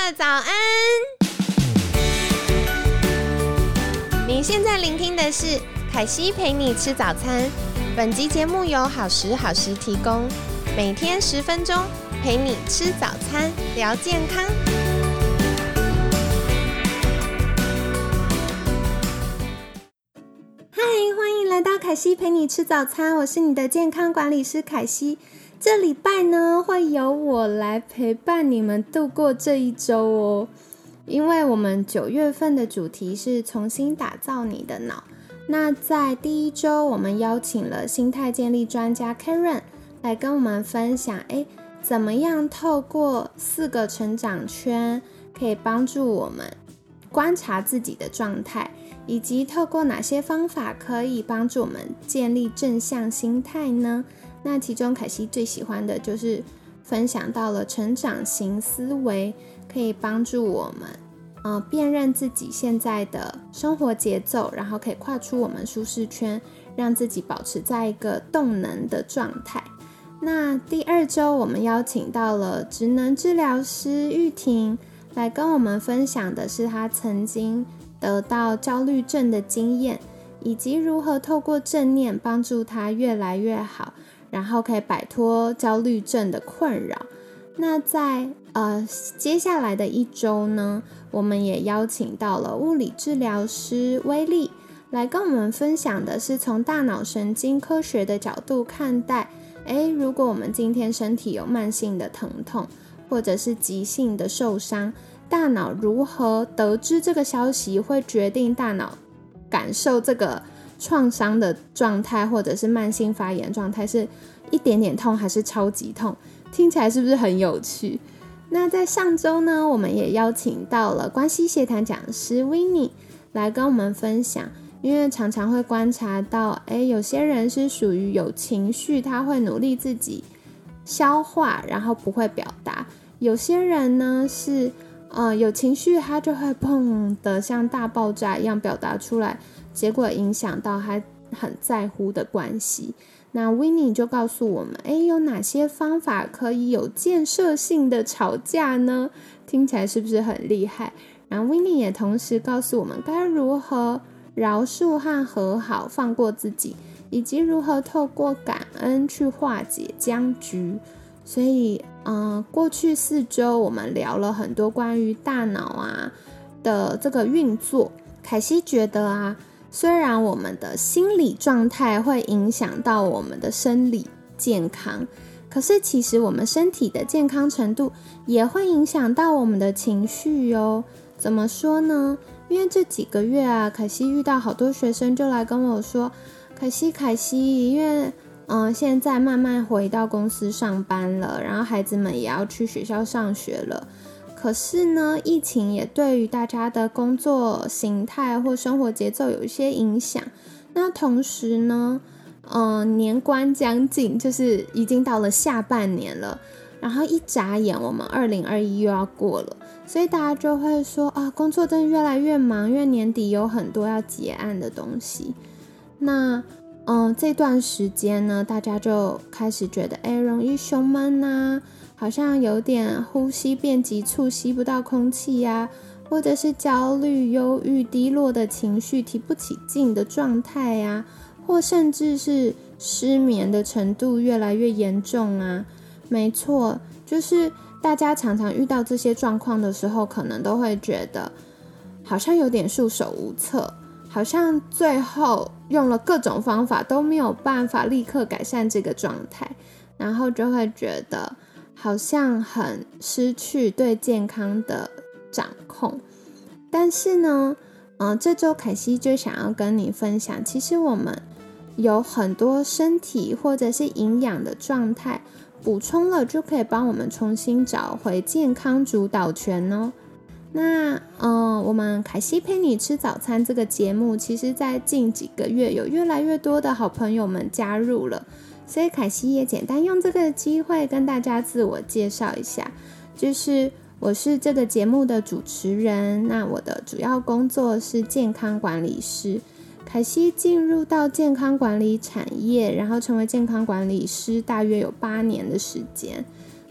的早安。你现在聆听的是凯西陪你吃早餐，本集节目由好时好食提供，每天10分钟陪你吃早餐，聊健康。嗨，欢迎来到凯西陪你吃早餐，我是你的健康管理师凯西。这礼拜呢，会由我来陪伴你们度过这一周哦。因为我们9月份的主题是重新打造你的脑。那在第一周，我们邀请了心态建立专家 Karen 来跟我们分享，怎么样透过4个成长圈，可以帮助我们观察自己的状态，以及透过哪些方法可以帮助我们建立正向心态呢？那其中凯西最喜欢的就是分享到了成长型思维，可以帮助我们辨认自己现在的生活节奏，然后可以跨出我们舒适圈，让自己保持在一个动能的状态。那第2周我们邀请到了职能治疗师玉婷来跟我们分享的是她曾经得到焦虑症的经验，以及如何透过正念帮助她越来越好，然后可以摆脱焦虑症的困扰。那在接下来的1周呢，我们也邀请到了物理治疗师威利来跟我们分享的是从大脑神经科学的角度看待，如果我们今天身体有慢性的疼痛或者是急性的受伤，大脑如何得知这个消息，会决定大脑感受这个创伤的状态，或者是慢性发炎状态，是一点点痛还是超级痛，听起来是不是很有趣？那在上周呢，我们也邀请到了关系协谈讲师 Winnie 来跟我们分享，因为常常会观察到有些人是属于有情绪，他会努力自己消化，然后不会表达；有些人呢是有情绪，他就会砰的像大爆炸一样表达出来，结果影响到他很在乎的关系。那 Winnie 就告诉我们，有哪些方法可以有建设性的吵架呢？听起来是不是很厉害？然后 Winnie 也同时告诉我们该如何饶恕和和好，放过自己，以及如何透过感恩去化解僵局。所以过去4周我们聊了很多关于大脑的这个运作。凯西觉得虽然我们的心理状态会影响到我们的生理健康，可是其实我们身体的健康程度也会影响到我们的情绪哦。怎么说呢？因为这几个月凯西遇到好多学生就来跟我说，凯西，因为现在慢慢回到公司上班了，然后孩子们也要去学校上学了，可是呢，疫情也对于大家的工作形态或生活节奏有一些影响。那同时呢，年关将近，就是已经到了下半年了，然后一眨眼我们2021又要过了，所以大家就会说工作真的越来越忙，因为年底有很多要结案的东西。那这段时间呢，大家就开始觉得容易胸闷好像有点呼吸变急促，吸不到空气或者是焦虑、忧郁、低落的情绪，提不起劲的状态或甚至是失眠的程度越来越严重没错，就是大家常常遇到这些状况的时候，可能都会觉得好像有点束手无策，好像最后用了各种方法都没有办法立刻改善这个状态，然后就会觉得好像很失去对健康的掌控。但是呢，这周凯西就想要跟你分享，其实我们有很多身体或者是营养的状态，补充了就可以帮我们重新找回健康主导权哦。那我们凯西陪你吃早餐这个节目，其实在近几个月有越来越多的好朋友们加入了，所以凯西也简单用这个机会跟大家自我介绍一下，就是我是这个节目的主持人，那我的主要工作是健康管理师。凯西进入到健康管理产业，然后成为健康管理师大约有8年的时间。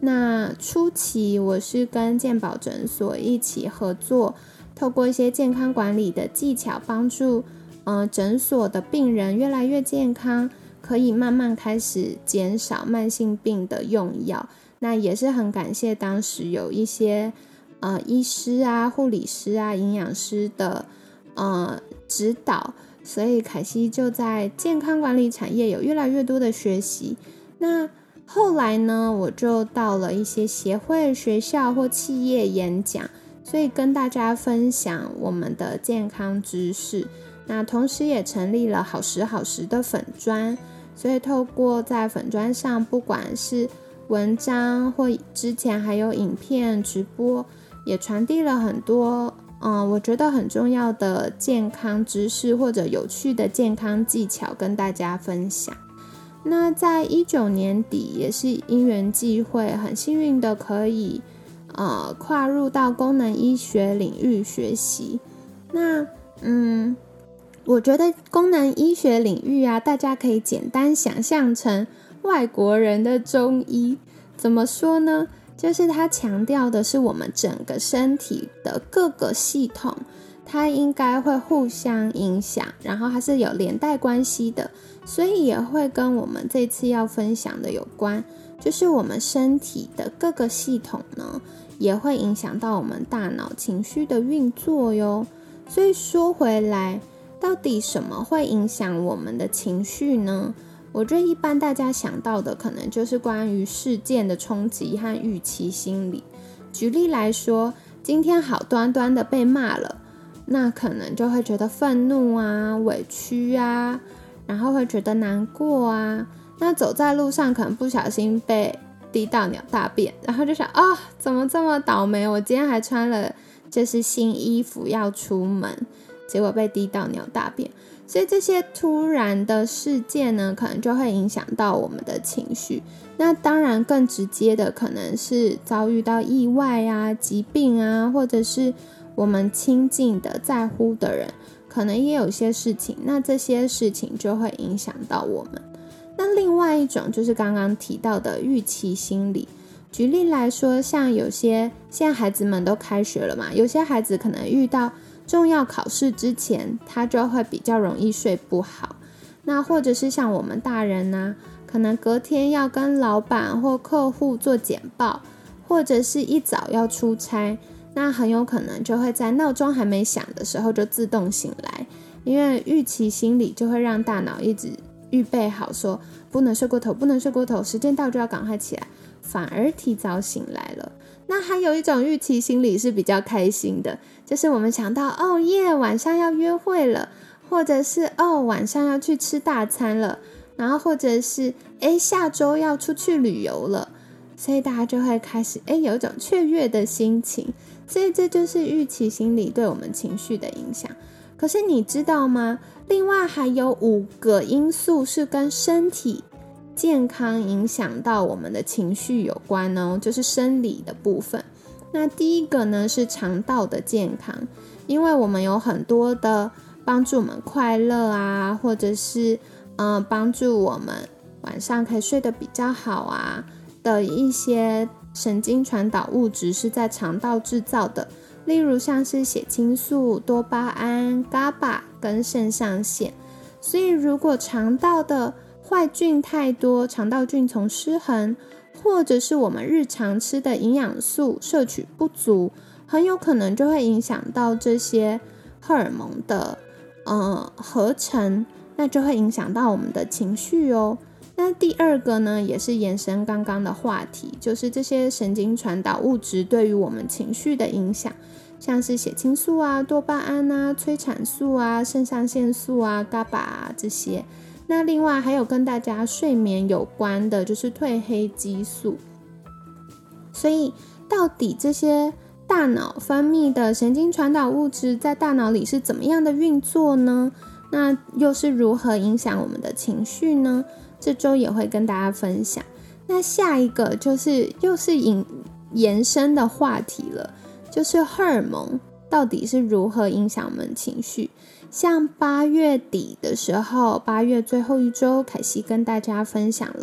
那初期我是跟健保诊所一起合作，透过一些健康管理的技巧，帮助诊所的病人越来越健康，可以慢慢开始减少慢性病的用药。那也是很感谢当时有一些医师啊、护理师啊、营养师的指导，所以凯西就在健康管理产业有越来越多的学习。那后来呢，我就到了一些协会、学校或企业演讲，所以跟大家分享我们的健康知识。那同时也成立了好时好时的粉专，所以透过在粉专上，不管是文章或之前还有影片直播，也传递了很多我觉得很重要的健康知识或者有趣的健康技巧跟大家分享。那在19年底也是因缘际会，很幸运的可以跨入到功能医学领域学习。那我觉得功能医学领域啊，大家可以简单想象成外国人的中医。怎么说呢？就是它强调的是我们整个身体的各个系统，它应该会互相影响，然后它是有连带关系的，所以也会跟我们这次要分享的有关，就是我们身体的各个系统呢，也会影响到我们大脑情绪的运作哟。所以说回来，到底什么会影响我们的情绪呢？我觉得一般大家想到的可能就是关于事件的冲击和预期心理。举例来说，今天好端端的被骂了，那可能就会觉得愤怒啊、委屈啊，然后会觉得难过啊。那走在路上可能不小心被滴到鸟大便，然后就想怎么这么倒霉，我今天还穿了就是新衣服要出门，结果被滴到鸟大便。所以这些突然的事件呢，可能就会影响到我们的情绪。那当然更直接的可能是遭遇到意外啊、疾病啊，或者是我们亲近的在乎的人可能也有些事情，那这些事情就会影响到我们。那另外一种就是刚刚提到的预期心理。举例来说，像有些现在孩子们都开学了嘛，有些孩子可能遇到重要考试之前，他就会比较容易睡不好。那或者是像我们大人啊，可能隔天要跟老板或客户做简报，或者是一早要出差，那很有可能就会在闹钟还没响的时候就自动醒来，因为预期心理就会让大脑一直预备好说不能睡过头，不能睡过头，时间到就要赶快起来，反而提早醒来了。那还有一种预期心理是比较开心的，就是我们想到晚上要约会了，或者是晚上要去吃大餐了，然后或者是下周要出去旅游了，所以大家就会开始有一种雀跃的心情。所以这就是预期心理对我们情绪的影响。可是你知道吗？另外还有5个因素是跟身体健康影响到我们的情绪有关哦，就是生理的部分。那第一个呢是肠道的健康，因为我们有很多的帮助我们快乐啊，或者是帮助我们晚上可以睡得比较好啊的一些神经传导物质是在肠道制造的，例如像是血清素、多巴胺、GABA 跟肾上腺。所以如果肠道的坏菌太多，肠道菌丛失衡，或者是我们日常吃的营养素摄取不足，很有可能就会影响到这些荷尔蒙的合成，那就会影响到我们的情绪哦。那第二个呢，也是延伸刚刚的话题，就是这些神经传导物质对于我们情绪的影响，像是血清素啊、多巴胺啊、催产素啊、肾上腺素啊、GABA 啊这些。那另外还有跟大家睡眠有关的，就是褪黑激素。所以到底这些大脑分泌的神经传导物质在大脑里是怎么样的运作呢？那又是如何影响我们的情绪呢？这周也会跟大家分享。那下一个就是又是延伸的话题了，就是荷尔蒙到底是如何影响我们情绪。像8月底的时候，8月最后一周，凯西跟大家分享了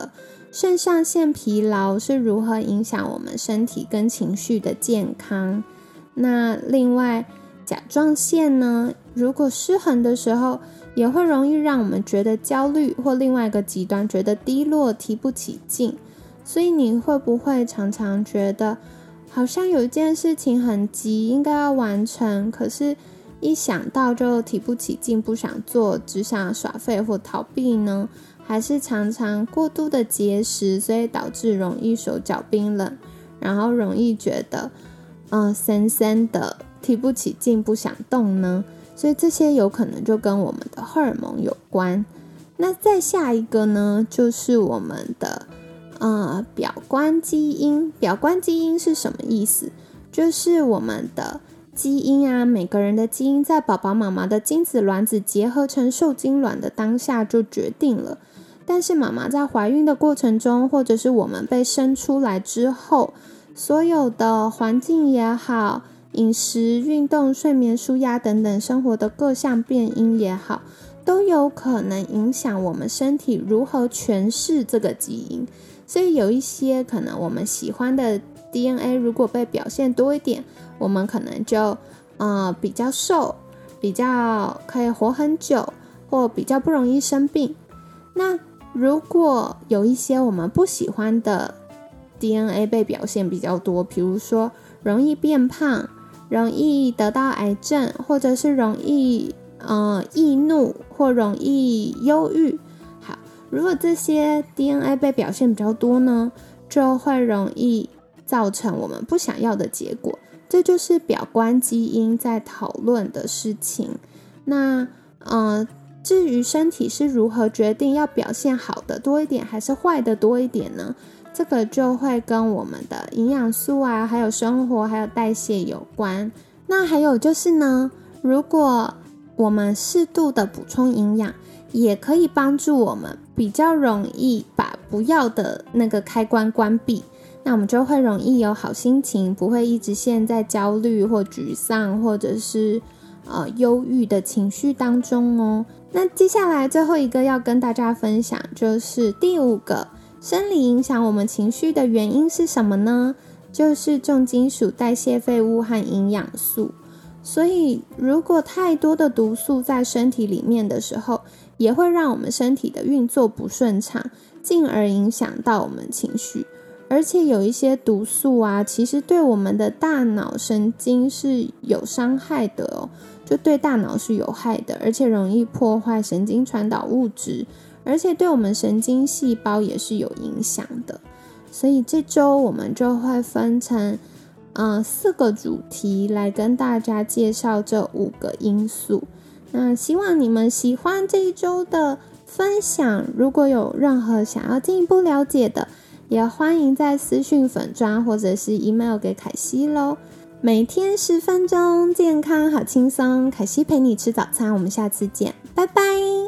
肾上腺疲劳是如何影响我们身体跟情绪的健康。那另外甲状腺呢，如果失衡的时候，也会容易让我们觉得焦虑，或另外一个极端觉得低落，提不起劲。所以你会不会常常觉得好像有一件事情很急，应该要完成，可是一想到就提不起劲，不想做，只想耍废或逃避呢？还是常常过度的节食，所以导致容易手脚冰冷，然后容易觉得森森的，提不起劲，不想动呢？所以这些有可能就跟我们的荷尔蒙有关。那再下一个呢，就是我们的表观基因。表观基因是什么意思？就是我们的基因啊，每个人的基因在宝宝妈妈的精子卵子结合成受精卵的当下就决定了，但是妈妈在怀孕的过程中，或者是我们被生出来之后，所有的环境也好，饮食、运动、睡眠、舒压等等生活的各项变因也好，都有可能影响我们身体如何诠释这个基因。所以有一些可能我们喜欢的 DNA 如果被表现多一点，我们可能就比较瘦，比较可以活很久，或比较不容易生病。那如果有一些我们不喜欢的 DNA 被表现比较多，比如说容易变胖，容易得到癌症，或者是容易易怒，或容易忧郁。好，如果这些 DNA 被表现比较多呢，就会容易造成我们不想要的结果。这就是表观基因在讨论的事情。那至于身体是如何决定要表现好的多一点还是坏的多一点呢？这个就会跟我们的营养素啊，还有生活还有代谢有关。那还有就是呢，如果我们适度的补充营养，也可以帮助我们比较容易把不要的那个开关关闭，那我们就会容易有好心情，不会一直陷在焦虑或沮丧或者是忧郁的情绪当中哦。那接下来最后一个要跟大家分享，就是第5个生理影响我们情绪的原因是什么呢？就是重金属、代谢废物和营养素。所以如果太多的毒素在身体里面的时候，也会让我们身体的运作不顺畅，进而影响到我们情绪。而且有一些毒素啊，其实对我们的大脑神经是有伤害的哦，就对大脑是有害的，而且容易破坏神经传导物质，而且对我们神经细胞也是有影响的。所以这周我们就会分成4个主题来跟大家介绍这5个因素。那希望你们喜欢这一周的分享，如果有任何想要进一步了解的，也欢迎在私讯粉专或者是 email 给凯西咯。每天10分钟，健康好轻松，凯西陪你吃早餐，我们下次见，拜拜。